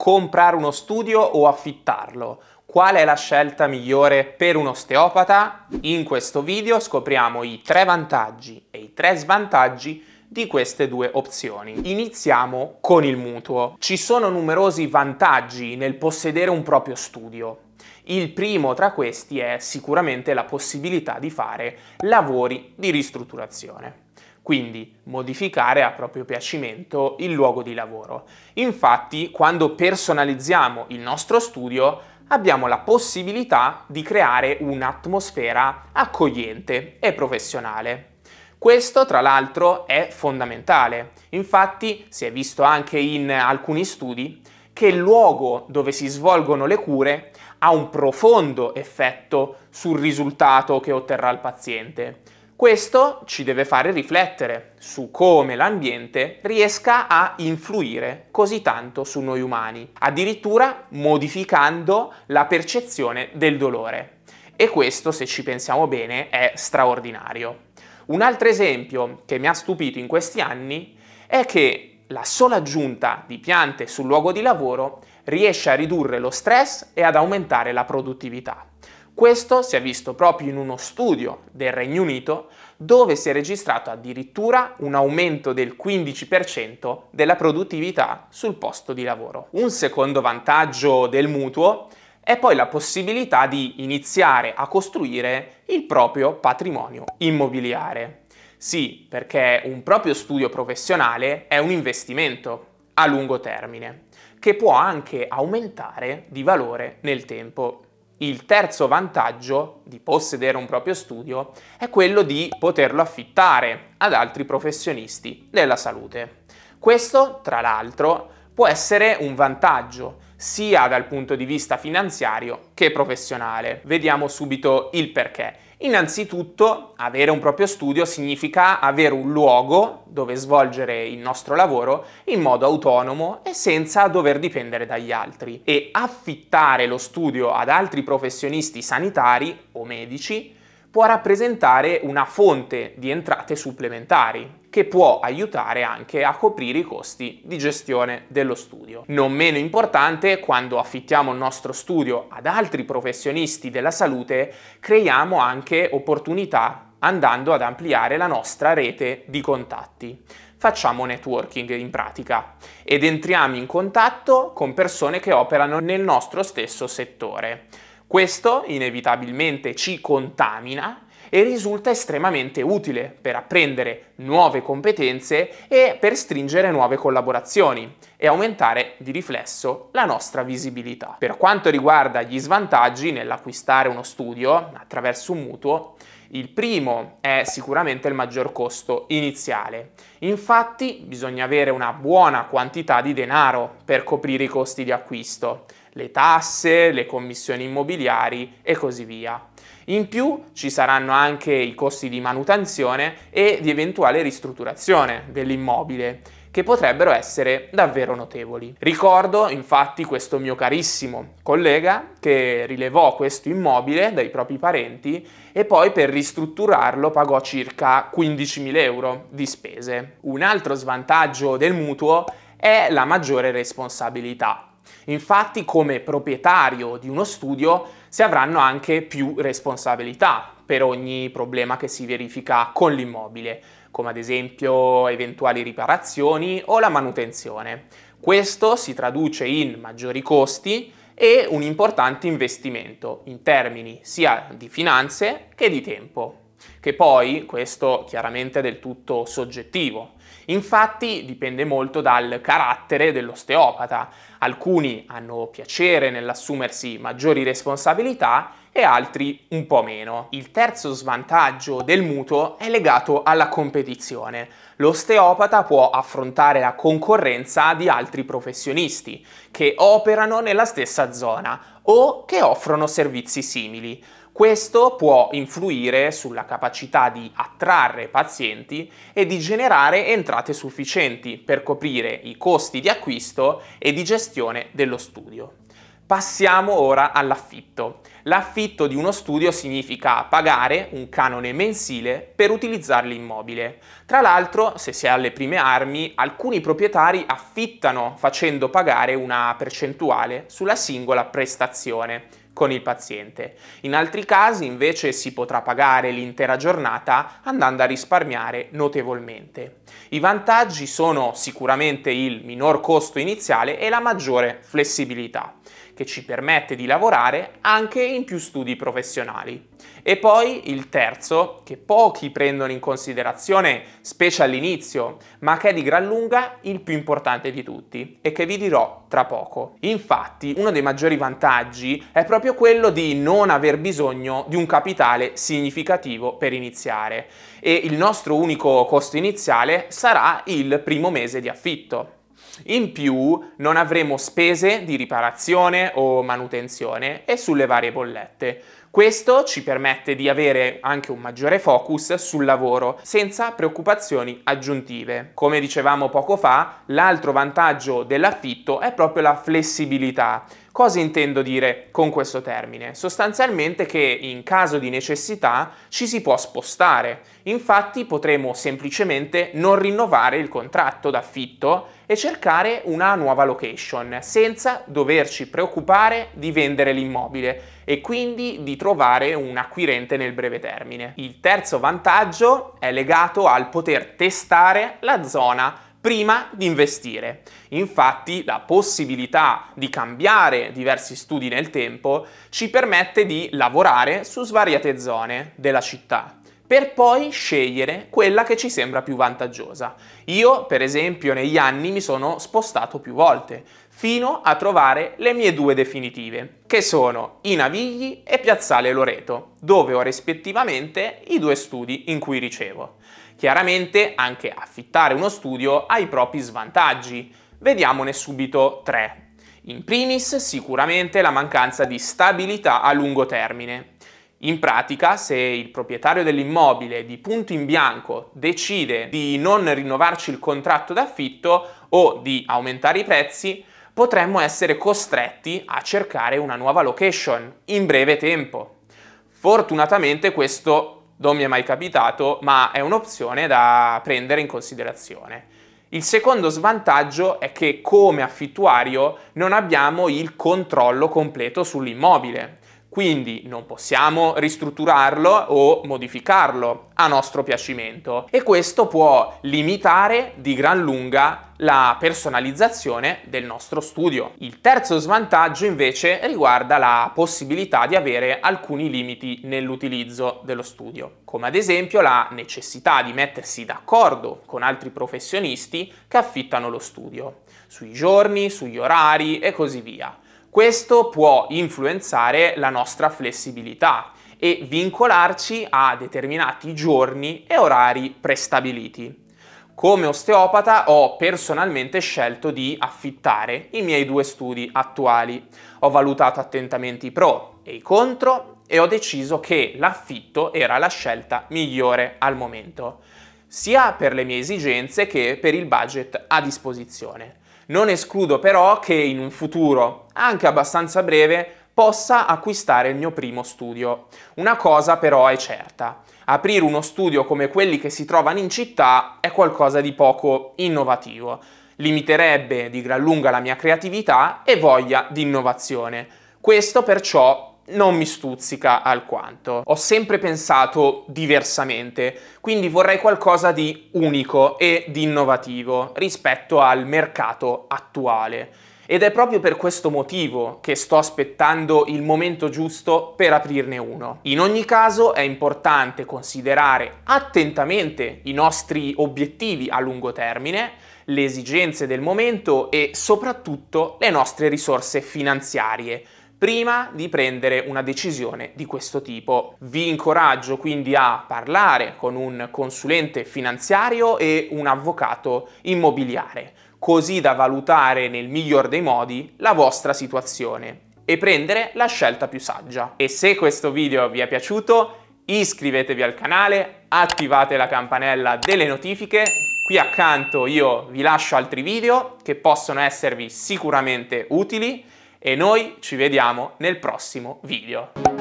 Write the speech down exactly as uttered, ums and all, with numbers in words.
Comprare uno studio o affittarlo? Qual è la scelta migliore per un osteopata? In questo video scopriamo i tre vantaggi e i tre svantaggi di queste due opzioni. Iniziamo con il mutuo. Ci sono numerosi vantaggi nel possedere un proprio studio. Il primo tra questi è sicuramente la possibilità di fare lavori di ristrutturazione. Quindi modificare a proprio piacimento il luogo di lavoro. Infatti, quando personalizziamo il nostro studio, abbiamo la possibilità di creare un'atmosfera accogliente e professionale. Questo, tra l'altro, è fondamentale. Infatti, si è visto anche in alcuni studi che il luogo dove si svolgono le cure ha un profondo effetto sul risultato che otterrà il paziente. Questo ci deve fare riflettere su come l'ambiente riesca a influire così tanto su noi umani, addirittura modificando la percezione del dolore. E questo, se ci pensiamo bene, è straordinario. Un altro esempio che mi ha stupito in questi anni è che la sola aggiunta di piante sul luogo di lavoro riesce a ridurre lo stress e ad aumentare la produttività. Questo si è visto proprio in uno studio del Regno Unito dove si è registrato addirittura un aumento del quindici per cento della produttività sul posto di lavoro. Un secondo vantaggio del mutuo è poi la possibilità di iniziare a costruire il proprio patrimonio immobiliare. Sì, perché un proprio studio professionale è un investimento a lungo termine che può anche aumentare di valore nel tempo. Il terzo vantaggio di possedere un proprio studio è quello di poterlo affittare ad altri professionisti della salute. Questo, tra l'altro, può essere un vantaggio sia dal punto di vista finanziario che professionale. Vediamo subito il perché. Innanzitutto, avere un proprio studio significa avere un luogo dove svolgere il nostro lavoro in modo autonomo e senza dover dipendere dagli altri. E affittare lo studio ad altri professionisti sanitari o medici può rappresentare una fonte di entrate supplementari che può aiutare anche a coprire i costi di gestione dello studio. Non meno importante, quando affittiamo il nostro studio ad altri professionisti della salute, creiamo anche opportunità andando ad ampliare la nostra rete di contatti. Facciamo networking in pratica ed entriamo in contatto con persone che operano nel nostro stesso settore. Questo inevitabilmente ci contamina e risulta estremamente utile per apprendere nuove competenze e per stringere nuove collaborazioni e aumentare di riflesso la nostra visibilità. Per quanto riguarda gli svantaggi nell'acquistare uno studio attraverso un mutuo, il primo è sicuramente il maggior costo iniziale. Infatti bisogna avere una buona quantità di denaro per coprire i costi di acquisto, le tasse, le commissioni immobiliari e così via. In più ci saranno anche i costi di manutenzione e di eventuale ristrutturazione dell'immobile, che potrebbero essere davvero notevoli. Ricordo infatti questo mio carissimo collega che rilevò questo immobile dai propri parenti e poi per ristrutturarlo pagò circa quindicimila euro di spese. Un altro svantaggio del mutuo è la maggiore responsabilità. Infatti, come proprietario di uno studio si avranno anche più responsabilità per ogni problema che si verifica con l'immobile, come ad esempio eventuali riparazioni o la manutenzione. Questo si traduce in maggiori costi e un importante investimento in termini sia di finanze che di tempo, che poi questo chiaramente è del tutto soggettivo. Infatti dipende molto dal carattere dell'osteopata. Alcuni hanno piacere nell'assumersi maggiori responsabilità e altri un po' meno. Il terzo svantaggio del mutuo è legato alla competizione. L'osteopata può affrontare la concorrenza di altri professionisti che operano nella stessa zona o che offrono servizi simili. Questo può influire sulla capacità di attrarre pazienti e di generare entrate sufficienti per coprire i costi di acquisto e di gestione dello studio. Passiamo ora all'affitto. L'affitto di uno studio significa pagare un canone mensile per utilizzare l'immobile. Tra l'altro, se si è alle prime armi, alcuni proprietari affittano facendo pagare una percentuale sulla singola prestazione con il paziente. In altri casi invece si potrà pagare l'intera giornata andando a risparmiare notevolmente. I vantaggi sono sicuramente il minor costo iniziale e la maggiore flessibilità, che ci permette di lavorare anche in più studi professionali. E poi il terzo, che pochi prendono in considerazione, specie all'inizio, ma che è di gran lunga il più importante di tutti e che vi dirò tra poco. Infatti, uno dei maggiori vantaggi è proprio quello di non aver bisogno di un capitale significativo per iniziare e il nostro unico costo iniziale sarà il primo mese di affitto. In più non avremo spese di riparazione o manutenzione e sulle varie bollette. Questo ci permette di avere anche un maggiore focus sul lavoro, senza preoccupazioni aggiuntive. Come dicevamo poco fa, l'altro vantaggio dell'affitto è proprio la flessibilità. Cosa intendo dire con questo termine? Sostanzialmente che in caso di necessità ci si può spostare. Infatti potremo semplicemente non rinnovare il contratto d'affitto e cercare una nuova location senza doverci preoccupare di vendere l'immobile e quindi di trovare un acquirente nel breve termine. Il terzo vantaggio è legato al poter testare la zona prima di investire. Infatti la possibilità di cambiare diversi studi nel tempo ci permette di lavorare su svariate zone della città, per poi scegliere quella che ci sembra più vantaggiosa. Io, per esempio, negli anni mi sono spostato più volte, fino a trovare le mie due definitive, che sono I Navigli e Piazzale Loreto, dove ho rispettivamente i due studi in cui ricevo. Chiaramente anche affittare uno studio ha i propri svantaggi. Vediamone subito tre. In primis, sicuramente la mancanza di stabilità a lungo termine. In pratica, se il proprietario dell'immobile di punto in bianco decide di non rinnovarci il contratto d'affitto o di aumentare i prezzi, potremmo essere costretti a cercare una nuova location in breve tempo. Fortunatamente questo non mi è mai capitato, ma è un'opzione da prendere in considerazione. Il secondo svantaggio è che come affittuario non abbiamo il controllo completo sull'immobile. Quindi non possiamo ristrutturarlo o modificarlo a nostro piacimento e questo può limitare di gran lunga la personalizzazione del nostro studio. Il terzo svantaggio invece riguarda la possibilità di avere alcuni limiti nell'utilizzo dello studio, come ad esempio la necessità di mettersi d'accordo con altri professionisti che affittano lo studio, sui giorni, sugli orari e così via. Questo può influenzare la nostra flessibilità e vincolarci a determinati giorni e orari prestabiliti. Come osteopata ho personalmente scelto di affittare i miei due studi attuali. Ho valutato attentamente i pro e i contro e ho deciso che l'affitto era la scelta migliore al momento, sia per le mie esigenze che per il budget a disposizione. Non escludo però che in un futuro, anche abbastanza breve, possa acquistare il mio primo studio. Una cosa però è certa: aprire uno studio come quelli che si trovano in città è qualcosa di poco innovativo. Limiterebbe di gran lunga la mia creatività e voglia di innovazione. Questo perciò non mi stuzzica alquanto. Ho sempre pensato diversamente, quindi vorrei qualcosa di unico e di innovativo rispetto al mercato attuale. Ed è proprio per questo motivo che sto aspettando il momento giusto per aprirne uno. In ogni caso è importante considerare attentamente i nostri obiettivi a lungo termine, le esigenze del momento e soprattutto le nostre risorse finanziarie, prima di prendere una decisione di questo tipo. Vi incoraggio quindi a parlare con un consulente finanziario e un avvocato immobiliare, così da valutare nel miglior dei modi la vostra situazione e prendere la scelta più saggia. E se questo video vi è piaciuto, iscrivetevi al canale, attivate la campanella delle notifiche. Qui accanto io vi lascio altri video che possono esservi sicuramente utili. e noi ci vediamo nel prossimo video.